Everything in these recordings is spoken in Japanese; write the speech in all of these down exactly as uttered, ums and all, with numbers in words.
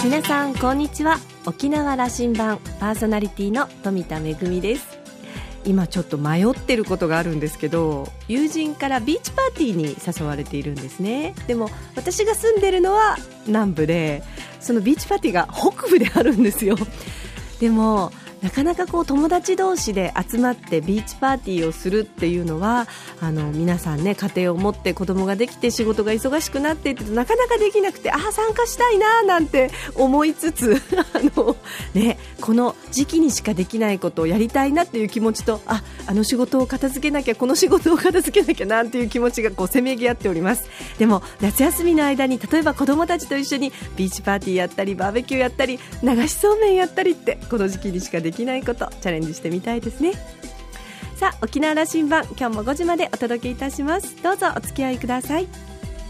皆さんこんにちは。沖縄羅針盤パーソナリティの富田恵です。今ちょっと迷ってることがあるんですけど、友人からビーチパーティーに誘われているんですね。でも私が住んでるのは南部で、そのビーチパーティーが北部であるんですよ。でもなかなかこう友達同士で集まってビーチパーティーをするっていうのは、あの皆さんね、家庭を持って子供ができて仕事が忙しくなってってなかなかできなくて、あ参加したいななんて思いつつあの、ね、この時期にしかできないことをやりたいなっていう気持ちと、ああの仕事を片付けなきゃ、この仕事を片付けなきゃなんていう気持ちがこうせめぎ合っております。でも夏休みの間に例えば子供たちと一緒にビーチパーティーやったりバーベキューやったり流しそうめんやったりって、この時期にしかできないことチャレンジしてみたいですね。さあ、沖縄羅針盤、今日もごじまでお届けいたします。どうぞお付き合いください。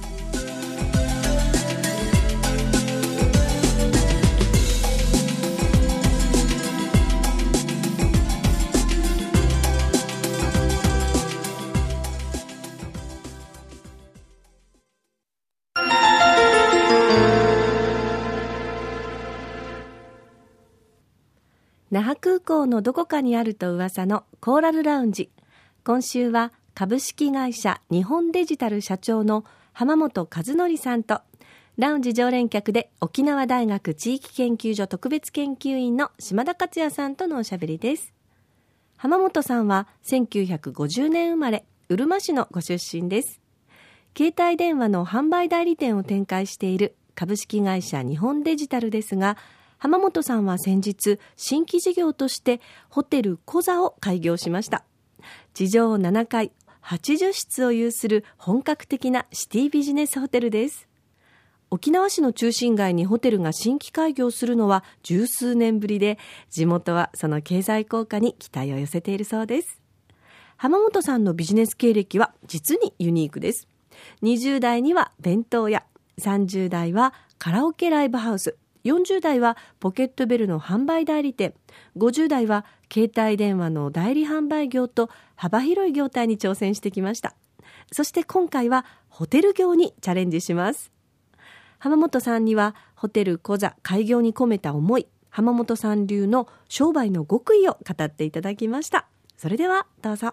那覇空港のどこかにあると噂のコーラルラウンジ。今週は株式会社日本デジタル社長の浜本和則さんと、ラウンジ常連客で沖縄大学地域研究所特別研究員の島田克也さんとのおしゃべりです。浜本さんはせんきゅうひゃくごじゅうねん生まれ、うるま市のご出身です。携帯電話の販売代理店を展開している株式会社日本デジタルですが、浜本さんは先日新規事業としてホテルコザを開業しました。地上ななかいはちじゅっしつを有する本格的なシティビジネスホテルです。沖縄市の中心街にホテルが新規開業するのは十数年ぶりで、地元はその経済効果に期待を寄せているそうです。浜本さんのビジネス経歴は実にユニークです。にじゅうだいには弁当屋、さんじゅうだいはカラオケライブハウス、よんじゅうだいはポケットベルの販売代理店、ごじゅうだいは携帯電話の代理販売業と幅広い業態に挑戦してきました。そして今回はホテル業にチャレンジします。浜本さんにはホテルコザ開業に込めた思い、浜本さん流の商売の極意を語っていただきました。それではどうぞ。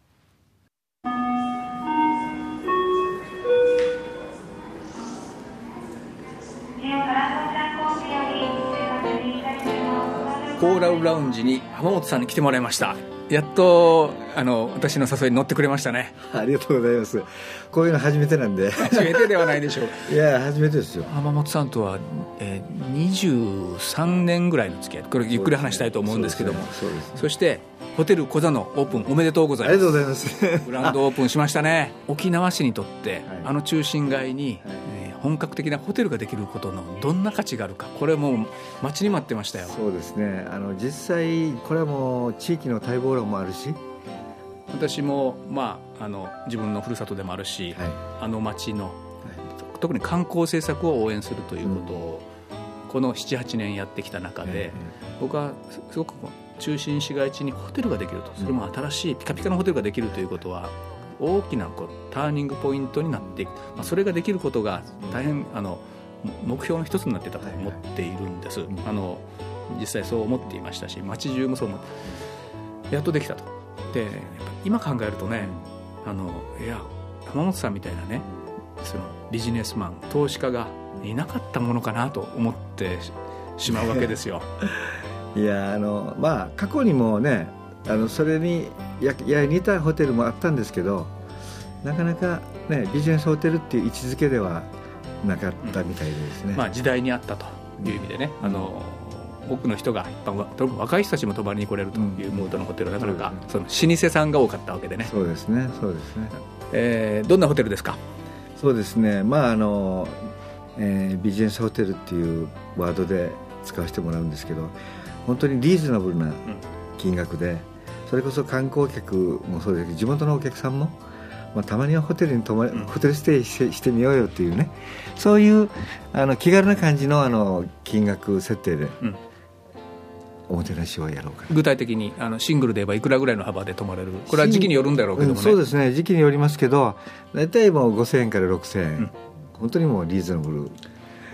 コーラルラウンジに浜本さんに来てもらいました。やっとあの私の誘いに乗ってくれましたね。 ありがとうございます。こういうの初めてなんで。 初めてではないでしょう。 いや初めてですよ。 浜本さんとは、えー、にじゅうさんねんぐらいの付き合い、これゆっくり話したいと思うんですけども、 そうですね、そうですね。 そしてホテルコザのオープンおめでとうございます。 ありがとうございます。 グランドオープンしましたね。沖縄市にとって、はい、あの中心街に、はい、えー、本格的なホテルができることのどんな価値があるか、これもう待ちに待ってましたよ。 そうですね、あの実際これはもう地域の待望論もあるし、 私も、まあ、あの自分のふるさとでもあるし、はい、あの町の、はい、特に観光政策を応援するということを、うん、この ななはちねんやってきた中で、はい、僕はすごく中心市街地にホテルができると、それも新しいピカピカのホテルができるということは大きなこうターニングポイントになっていく、まあ、それができることが大変あの目標の一つになっていたと思っているんです、はいはい、あの実際そう思っていましたし、町中もそう思ってやっとできたと。でやっぱ今考えるとね、あのいや浜本さんみたいなね、そのビジネスマン投資家がいなかったものかなと思ってしまうわけですよ。 いやあのまあ過去にもね、あのそれにやや似たホテルもあったんですけど、なかなかねビジネスホテルっていう位置づけではなかったみたいですね、 うん、まあ時代にあったという意味でね、うん、あの多くの人が一般は若い人たちも泊まりに来れるというムードのホテルだからか、うん、その老舗さんが多かったわけでね。 そうですね、そうですね、 えー、どんなホテルですか？ そうですね、まああの、えー、ビジネスホテルっていうワードで使わせてもらうんですけど、本当にリーズナブルな金額で、うん、それこそ観光客もそうですけど地元のお客さんも、まあ、たまにはホテルに泊まり、うん、ホテルステイして、してみようよっていうね、そういうあの気軽な感じの、あの金額設定で、うん、おもてなしをやろうかな。 具体的にあのシングルで言えばいくらぐらいの幅で泊まれる？これは時期によるんだろうけどもね、うん、 そうですね、時期によりますけど、大体もうごせんえんからろくせんえん、うん、本当にもうリーズナブル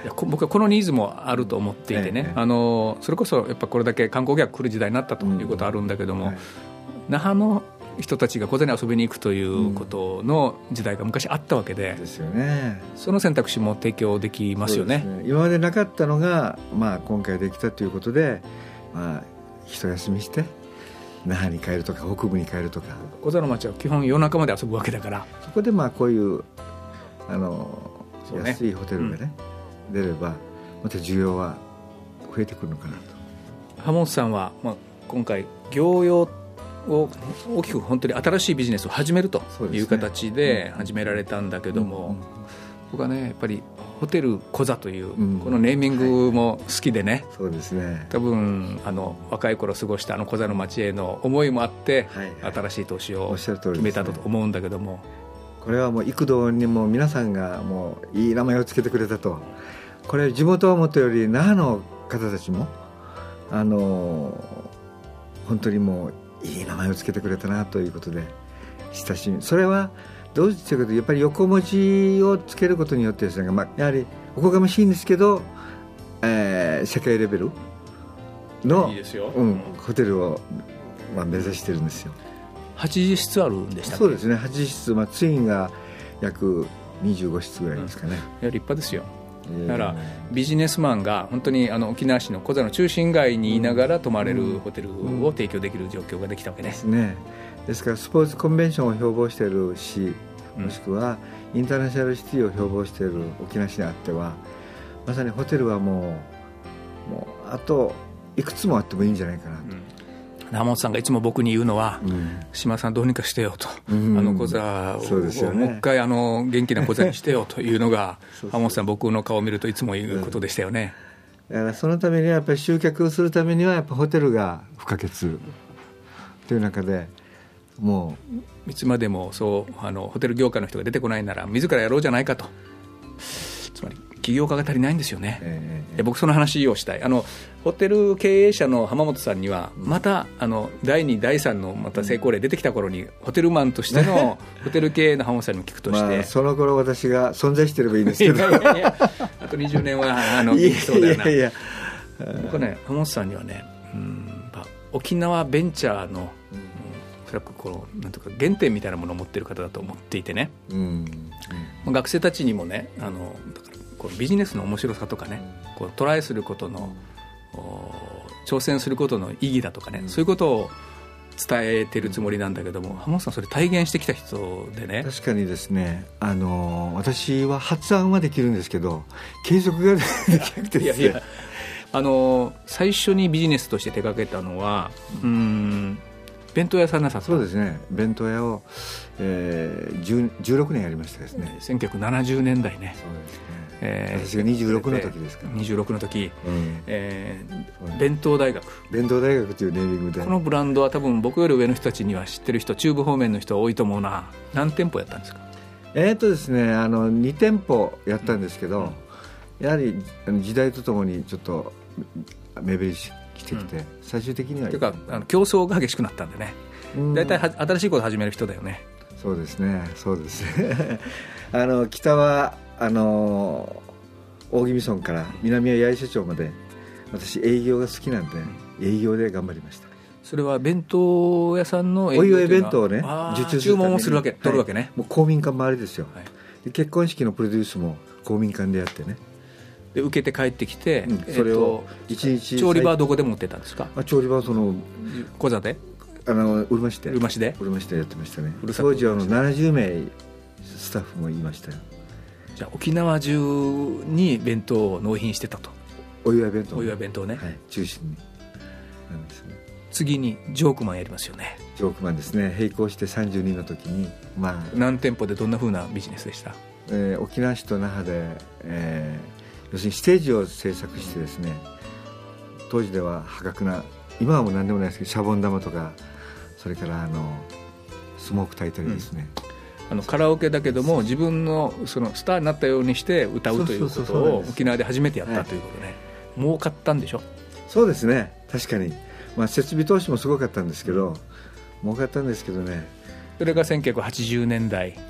いや僕はこのニーズもあると思っていてね、ええ、あのそれこそやっぱこれだけ観光客来る時代になったということはあるんだけども、うんはい、那覇の人たちが小座に遊びに行くということの時代が昔あったわけ で,、うん、ですよね、その選択肢も提供できますよ ね, ね今までなかったのが、まあ、今回できたということで、まあ、一休みして那覇に帰るとか北部に帰るとか、 小座の町は基本夜中まで遊ぶわけだから、 そこでまあこういうあの、ね、安いホテルがね、うん、出ればまた需要は増えてくるのかなと。 浜本さんは、まあ、今回業用を大きく本当に新しいビジネスを始めるという形で始められたんだけども、僕はねやっぱりホテル小座というこのネーミングも好きでね、 そうですね、 多分あの若い頃過ごしたあの小座の町への思いもあって新しい投資を決めたと思うんだけども、 これはもう幾度にも皆さんがもういい名前をつけてくれたと。これ地元はもとより那覇の方たちもあの本当にもういい名前をつけてくれたなということで親しみ、それはどうしてかというとやっぱり横文字をつけることによってですね、まあ、やはりおこがましいんですけど、えー、世界レベルのいいですよ、 うん、ホテルを、まあ、目指してるんですよ。 はちじゅっしつあるんでしたっけ。 そうですね、はちじゅっしつ、まあ、ツインが約にじゅうごしつぐらいですかね、 うん、いや立派ですよ。だからビジネスマンが本当にあの沖縄市の小座の中心街にいながら泊まれるホテルを提供できる状況ができたわけね、 ですね。ですからスポーツコンベンションを標榜している市、もしくはインターナショナルシティを標榜している沖縄市にあっては、まさにホテルはもう、もうあといくつもあってもいいんじゃないかなと、うん名本さんがいつも僕に言うのは、うん、島さんどうにかしてよと、うん、あの小座を、ね、もう一回あの元気な小座にしてよというのが名本さん僕の顔を見るといつも言うことでしたよね、 うん、だからそのためにはやっぱり集客をするためにはやっぱホテルが不可欠という中で、もういつまでもそうあのホテル業界の人が出てこないなら自らやろうじゃないかと。つまり起業家が足りないんですよね、えー、僕その話をしたい。あのホテル経営者の浜本さんにはまたあのだいにだいさんのまた成功例出てきた頃にホテルマンとしてのホテル経営の浜本さんにも聞くとして、 まあ、その頃私が存在してればいいんですけどいやいやいやあとにじゅうねんはあの元気そうだよな。いやいや僕はね浜本さんにはね、うん、沖縄ベンチャーの、うん、おそらくこのなんとか原点みたいなものを持っている方だと思っていてね、うんうん、学生たちにもねあのだからこうビジネスの面白さとかね、こうトライすることの挑戦することの意義だとかね、うん、そういうことを伝えてるつもりなんだけども、浜本さんそれ体現してきた人でね。 確かにですね、あの私は発案はできるんですけど継続ができなくてですね。いやいやあの最初にビジネスとして手掛けたのはうーん弁当屋さんなさった。 そうですね、弁当屋を、えー、じゅう、じゅうろくねんやりましたですね。 せんきゅうひゃくななじゅうねんだいね。 そうですね、えー、私がにじゅうろくの時ですから。 にじゅうろくの時、うんえー、弁当大学弁当大学というネーミングで、 このブランドは多分僕より上の人たちには知ってる人、中部方面の人多いと思うな。何店舗やったんですか。 えーとですね、あのに店舗やったんですけど、うん、やはり時代とともにちょっと目減りしてきて、うん、最終的にはというかあの競争が激しくなったんでね、だいたい新しいことを始める人だよね。 そうですね、そうですあの北はあの大宜味村から南は八重瀬町まで私営業が好きなんで、うん、営業で頑張りました。 それは弁当屋さんの営業お祝い弁当をね受注するために注文をするわけ、はい、取るわけね。 もう公民館周りですよ、はい、で結婚式のプロデュースも公民館でやってね、 で受けて帰ってきて、 うん、それを一日、 えー、調理場はどこで持ってたんですか。 あ調理場はその小座であのうるま市でうるま市でうるま市でやってましたね。当時はななじゅうめいスタッフもいましたよ。 じゃあ沖縄中に弁当を納品してたと。 お祝い弁当、 お祝い弁当ね、 はい、中心になんですね。 次にジョークマンやりますよね。 ジョークマンですね。並行してさんじゅうにの時に、まあ、 何店舗でどんな風なビジネスでした。 えー、沖縄市と那覇で、えー、要するにステージを制作してですね、当時では破格な、今はもう何でもないですけどシャボン玉とか、それからあのスモーク焚いたりですね、 うん、あのカラオケだけども自分のそのスターになったようにして歌うということを沖縄で初めてやったということで、ね、はい、儲かったんでしょ。 そうですね、確かに、まあ、設備投資もすごかったんですけど、うん、儲かったんですけどね。 それがせんきゅうひゃくはちじゅうねんだい、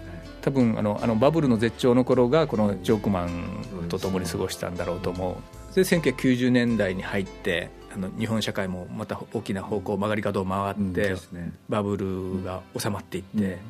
多分あのあのバブルの絶頂の頃がこのジョークマンと共に過ごしたんだろうと思う。でせんきゅうひゃくきゅうじゅうねんだいに入ってあの日本社会もまた大きな方向曲がり角を回って、うんね、バブルが収まっていって、うんうん、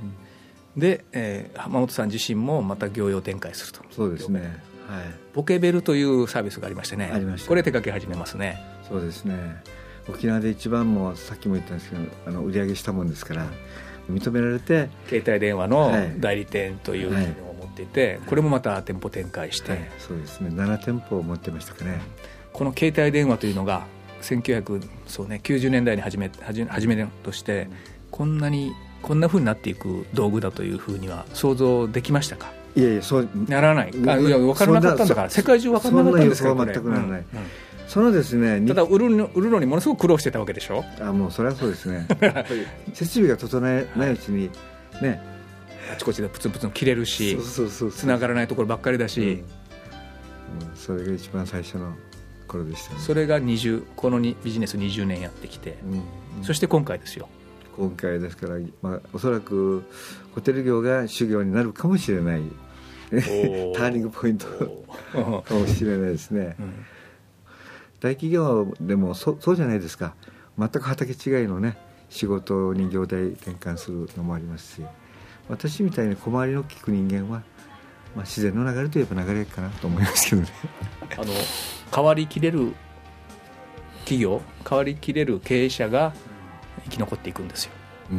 で、えー、浜本さん自身もまた業用展開すると。 そうですね、はい、 ポケベルというサービスがありましてね。 ありました。 これ手掛け始めますね。 そうですね。沖縄で一番もさっきも言ったんですけどあの売り上げしたもんですから認められて携帯電話の代理店というのを持っていて、はいはい、これもまた店舗展開して、はい、 そうですねなな店舗を持ってましたかね。 この携帯電話というのがせんきゅうひゃくきゅうじゅうねんだいに始め始めとして、うん、こんなにこんな風になっていく道具だというふうには想像できましたか。 いやいやそうならない。あいや分からなかったんだから世界中分からなかったんですから。 そんな予想は全くならない、うんうんそのですね、 ただ売るの、売るのにものすごく苦労してたわけでしょ。 あもうそれはそうですねやっぱり設備が整えないうちに、ね、 あちこちでプツンプツン切れるしつながらないところばっかりだし、うんうん、 それが一番最初の頃でしたね。 それがにじゅうこのビジネスにじゅうねんやってきて、うんうん、そして今回ですよ。 今回ですから、まあ、おそらくホテル業が主業になるかもしれないターニングポイントかもしれないですね、うん大企業でも そ, そうじゃないですか。全く畑違いのね仕事に業態転換するのもありますし私みたいに小回りの利く人間は、まあ、自然の流れといえば流れかなと思いますけどねあの変わりきれる企業変わりきれる経営者が生き残っていくんですよ、 うん、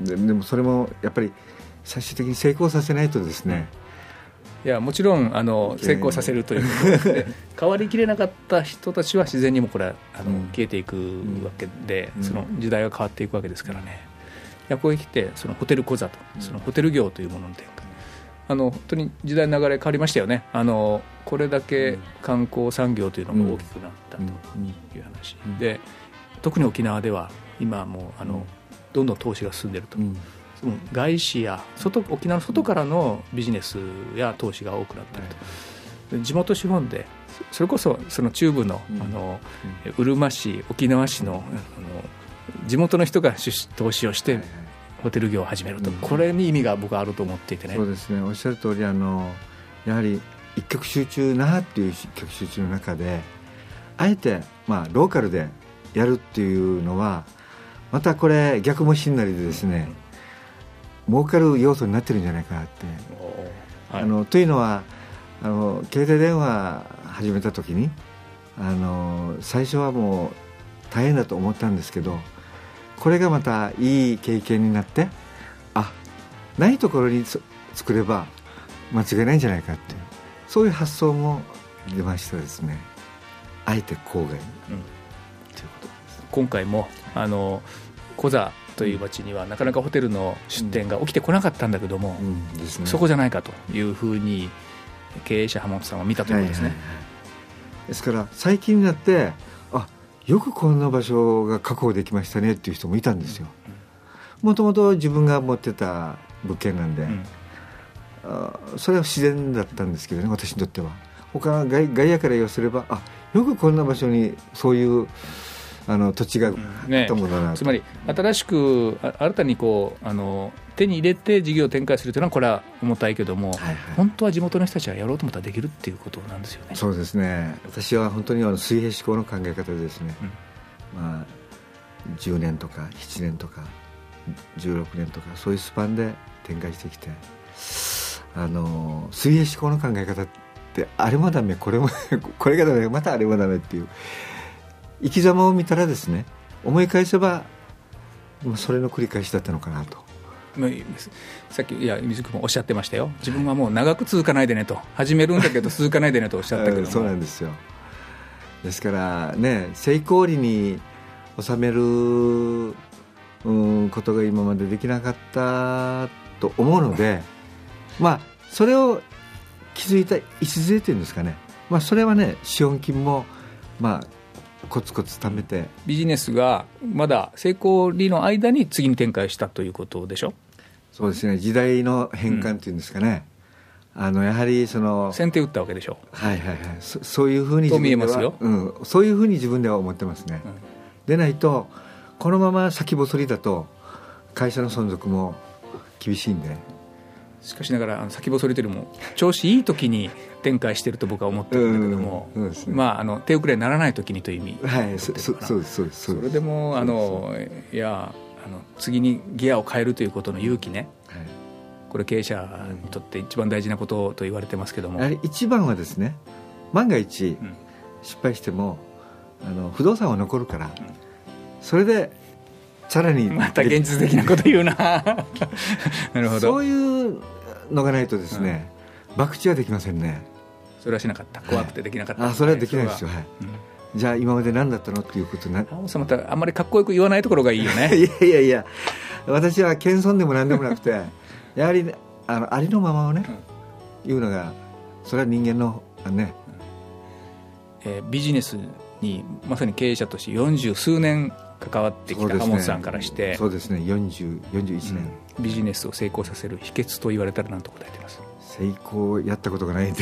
で, でもそれもやっぱり最終的に成功させないとですね、 いやもちろんあの成功させるということで変わりきれなかった人たちは自然にもこれはあの、うん、消えていくわけで、うん、その時代が変わっていくわけですからね。いやここへ来てそのホテル講座とそのホテル業というものの転換、あの本当に時代の流れ変わりましたよね。あのこれだけ観光産業というのが大きくなったという話、うんうん、で特に沖縄では今もうあのどんどん投資が進んでいると、うん外資や外沖縄の外からのビジネスや投資が多くなっていると、はい、地元資本でそれこそその中部 の,、うん、あのうん、うるま市沖縄市 の,、うん、あの地元の人が投資をして、はいはい、ホテル業を始めると、うん、これに意味が僕はあると思っていてね。 そうですねおっしゃる通りあのやはり一極集中那覇っていう一極集中の中であえて、まあ、ローカルでやるっていうのはまたこれ逆もしんなりでですね、うん儲かる要素になってるんじゃないかなって、はい、あのというのはあの携帯電話始めた時にあの最初はもう大変だと思ったんですけどこれがまたいい経験になってあないところに作れば間違いないんじゃないかっていうそういう発想も出ましたですね。あえて郊外に、うん、ということです。 今回もあのコザという町にはなかなかホテルの出店が起きてこなかったんだけども、うんうんですね、そこじゃないかというふうに経営者浜本さんは見たということですね、はいはいはい、 ですから最近になってあよくこんな場所が確保できましたねっていう人もいたんですよ。もともと自分が持ってた物件なんで、うん、あそれは自然だったんですけどね私にとっては。他の 外, 外野から言わせればあよくこんな場所にそういうあの土地があったものだな、 ね、つまり新しく新たにこうあの手に入れて事業を展開するというのはこれは重たいけども、はいはい、本当は地元の人たちはやろうと思ったらできるっていうことなんですよね。 そうですね。私は本当にあの水平思考の考え方でですね、うんまあ、じゅうねんとかななねんとかじゅうろくねんとかそういうスパンで展開してきてあの水平思考の考え方ってあれもダメこれもこれがダメまたあれもダメっていう生き様を見たらですね思い返せばそれの繰り返しだったのかなと。 さっきいや水木もおっしゃってましたよ。自分はもう長く続かないでねと始めるんだけど続かないでねとおっしゃったけどもそうなんですよ。ですからね成功裏に収める、うん、ことが今までできなかったと思うのでまあそれを気づいた礎というんですかね、まあ、それはね資本金もまあコツコツ貯めてビジネスがまだ成功裏の間に次に展開したということでしょ。 そうですね時代の変換というんですかね、うん、あのやはりその先手打ったわけでしょ。 はいはいはい そ, そういうふうにと見えますよ、 うん、そういうふうに自分では思ってますね、うん、でないとこのまま先細りだと会社の存続も厳しいんでしかしながらあの先細りというよりも調子いい時に展開していると僕は思ってるんだけども、うんうんね、まあ、あの手遅れにならない時にという意味、 はい、そそそうですそうですそれでもあのいやあの次にギアを変えるということの勇気ね、はい、これ経営者にとって一番大事なことと言われてますけども、 やはり一番はですね、万が一失敗しても、うん、あの不動産は残るから、うん、それでさらにまた現実的なこと言うななるほど、 そういうのがないとですね、うん、博打はできませんね。 それはしなかった、怖くてできなかった、 はい、あそれはできないですよ、はい、うん、じゃあ今まで何だったのっていうことになる。 浜本さんまたあんまりかっこよく言わないところがいいよねいやいやいや、私は謙遜でも何でもなくてやはりあのありのままをね、うん、言うのがそれは人間のね、 うん、えー、ビジネスにまさに経営者としてよんじゅうすうねん関わってきた浜本さんからして、 そうですね、よんじゅう、よんじゅういちねん、 うん、ビジネスを成功させる秘訣と言われたら何と答えています？ 成功やったことがないんで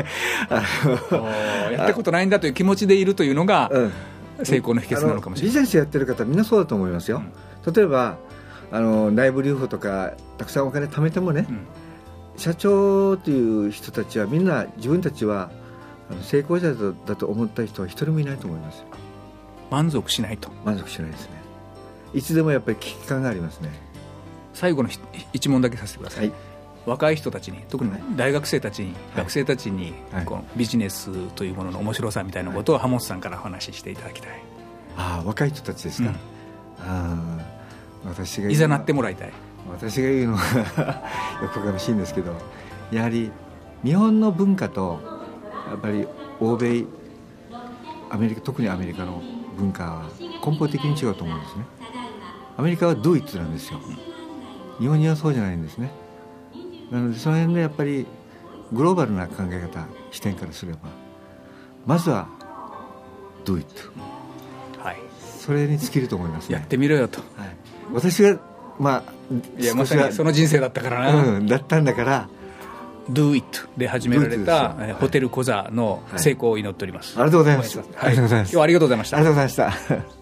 やったことないんだという気持ちでいるというのが成功の秘訣なのかもしれない。 ビジネスやってる方みんなそうだと思いますよ、うん、例えばあの内部留保とかたくさんお金貯めてもね、うん、社長という人たちはみんな自分たちは成功者だと思った人は一人もいないと思います。 満足しないと。 満足しないですね。いつでもやっぱり危機感がありますね。 最後の一問だけさせてください、はい、若い人たちに、特に大学生たちに、はい、学生たちに、はい、このビジネスというものの面白さみたいなことを浜本さんからお話ししていただきたい。 ああ、若い人たちですか、うん、あ私がいざなってもらいたい。 私が言うのはよくおかしいんですけど、やはり日本の文化とやっぱり欧米、アメリカ、特にアメリカの文化は根本的に違うと思うんですね。アメリカは Do it なんですよ。日本人はそうじゃないんですね。なのでその辺でやっぱりグローバルな考え方、視点からすればまずは Do it、はい、それに尽きると思いますね。 やってみろよと、 はい、私がまあいやまさにその人生だったからな、 うん、だったんだから Do it で始められた、はい、ホテルコザの成功を祈っております、 はい、ありがとうございます、 はい、ありがとうございます。今日はありがとうございました。 ありがとうございました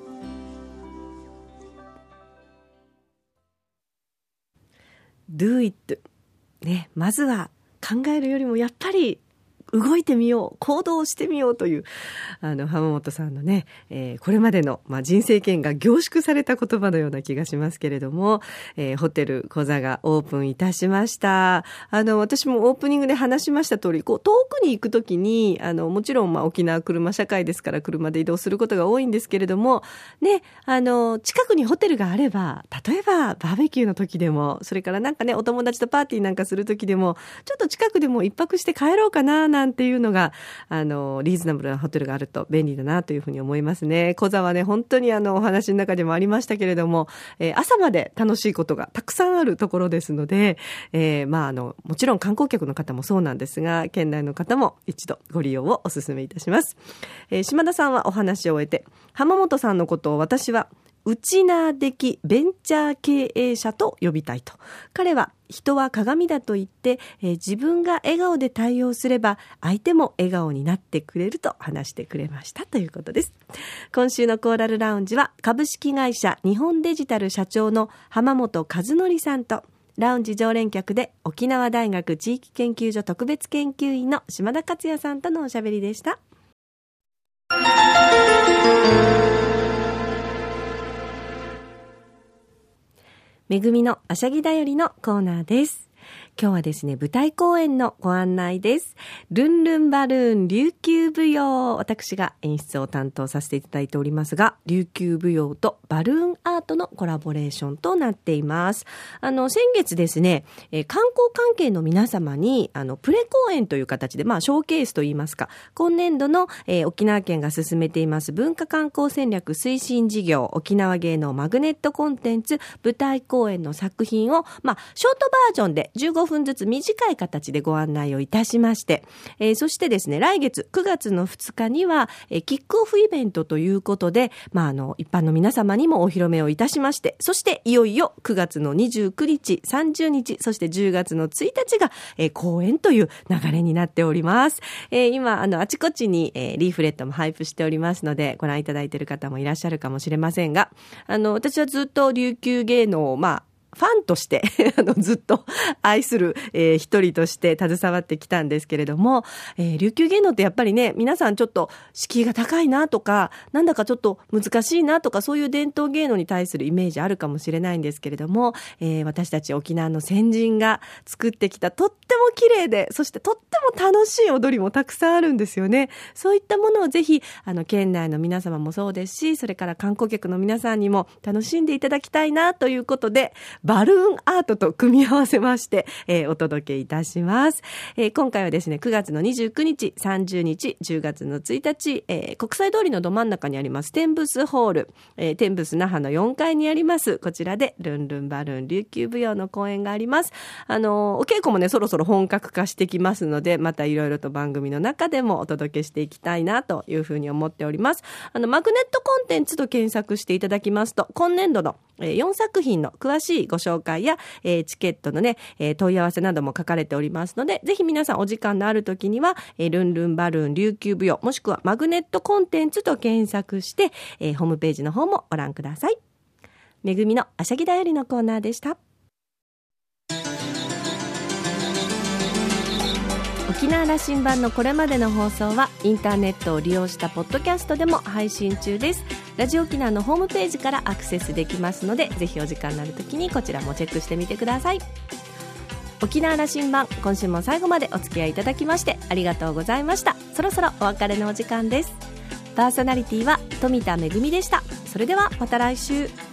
Do it、ね、まずは考えるよりもやっぱり動いてみよう、行動してみようというあの浜本さんのね、えー、これまでの、まあ、人生経験が凝縮された言葉のような気がしますけれども、えー、ホテルコザがオープンいたしました。あの私もオープニングで話しました通り、こう遠くに行くときにあのもちろん、まあ、沖縄車社会ですから車で移動することが多いんですけれども、ね、あの近くにホテルがあれば、例えばバーベキューの時でも、それからなんかねお友達とパーティーなんかする時でも、ちょっと近くでも一泊して帰ろうかななんていうのがあのリーズナブルなホテルがあると便利だなというふうに思いますね。コザはね本当にあのお話の中でもありましたけれども、えー、朝まで楽しいことがたくさんあるところですので、えーまあ、あのもちろん観光客の方もそうなんですが、県内の方も一度ご利用をお勧めいたします。えー、島田さんはお話を終えて、浜本さんのことを私は内な的ベンチャー経営者と呼びたいと。彼は人は鏡だと言って、えー、自分が笑顔で対応すれば相手も笑顔になってくれると話してくれましたということです。今週のコーラルラウンジは株式会社日本デジタル社長の浜本和則さんと、ラウンジ常連客で沖縄大学地域研究所特別研究員の島田克也さんとのおしゃべりでした。めぐみのあしゃぎだよりのコーナーです。今日はですね、舞台公演のご案内です。ルンルンバルーン琉球舞踊、私が演出を担当させていただいておりますが、琉球舞踊とバルーンアートのコラボレーションとなっています。あの先月ですね、えー、観光関係の皆様にあのプレ公演という形で、まあショーケースといいますか、今年度の、えー、沖縄県が進めています文化観光戦略推進事業沖縄芸能マグネットコンテンツ舞台公演の作品を、まあショートバージョンでじゅうごふんずつ短い形でご案内をいたしまして、えー、そしてですね、来月くがつのふつかには、えー、キックオフイベントということで、まあ、あの一般の皆様にもお披露目をいたしまして、そしていよいよくがつのにじゅうくにち、さんじゅうにち、そしてじゅうがつのついたちが、えー、公演という流れになっております。えー、今あのあちこちに、えー、リーフレットも配布しておりますので、ご覧いただいている方もいらっしゃるかもしれませんが、あの私はずっと琉球芸能をまあファンとしてあのずっと愛する、えー、一人として携わってきたんですけれども、えー、琉球芸能ってやっぱりね、皆さんちょっと敷居が高いなとか、なんだかちょっと難しいなとか、そういう伝統芸能に対するイメージあるかもしれないんですけれども、えー、私たち沖縄の先人が作ってきたとっても綺麗で、そしてとっても楽しい踊りもたくさんあるんですよね。そういったものをぜひあの県内の皆様もそうですし、それから観光客の皆さんにも楽しんでいただきたいなということで、バルーンアートと組み合わせまして、えー、お届けいたします、えー、今回はですねくがつのにじゅうくにち、さんじゅうにち、じゅうがつのついたち、えー、国際通りのど真ん中にありますテンブスホール、えー、テンブス那覇のよんかいにありますこちらでルンルンバルーン琉球舞踊の公演があります。あのー、お稽古もねそろそろ本格化してきますので、またいろいろと番組の中でもお届けしていきたいなというふうに思っております。あのマグネットコンテンツと検索していただきますと、今年度のよんさくひんの詳しいご紹介や、えー、チケットのね、えー、問い合わせなども書かれておりますので、ぜひ皆さんお時間のある時には、えー、ルンルンバルーン琉球舞踊もしくはマグネットコンテンツと検索して、えー、ホームページの方もご覧ください。めぐみのあしゃぎだよりのコーナーでした。沖縄羅針盤のこれまでの放送はインターネットを利用したポッドキャストでも配信中です。ラジオ沖縄のホームページからアクセスできますので、ぜひお時間のある時にこちらもチェックしてみてください。沖縄羅針盤、今週も最後までお付き合いいただきましてありがとうございました。そろそろお別れのお時間です。パーソナリティは富田恵でした。それではまた来週。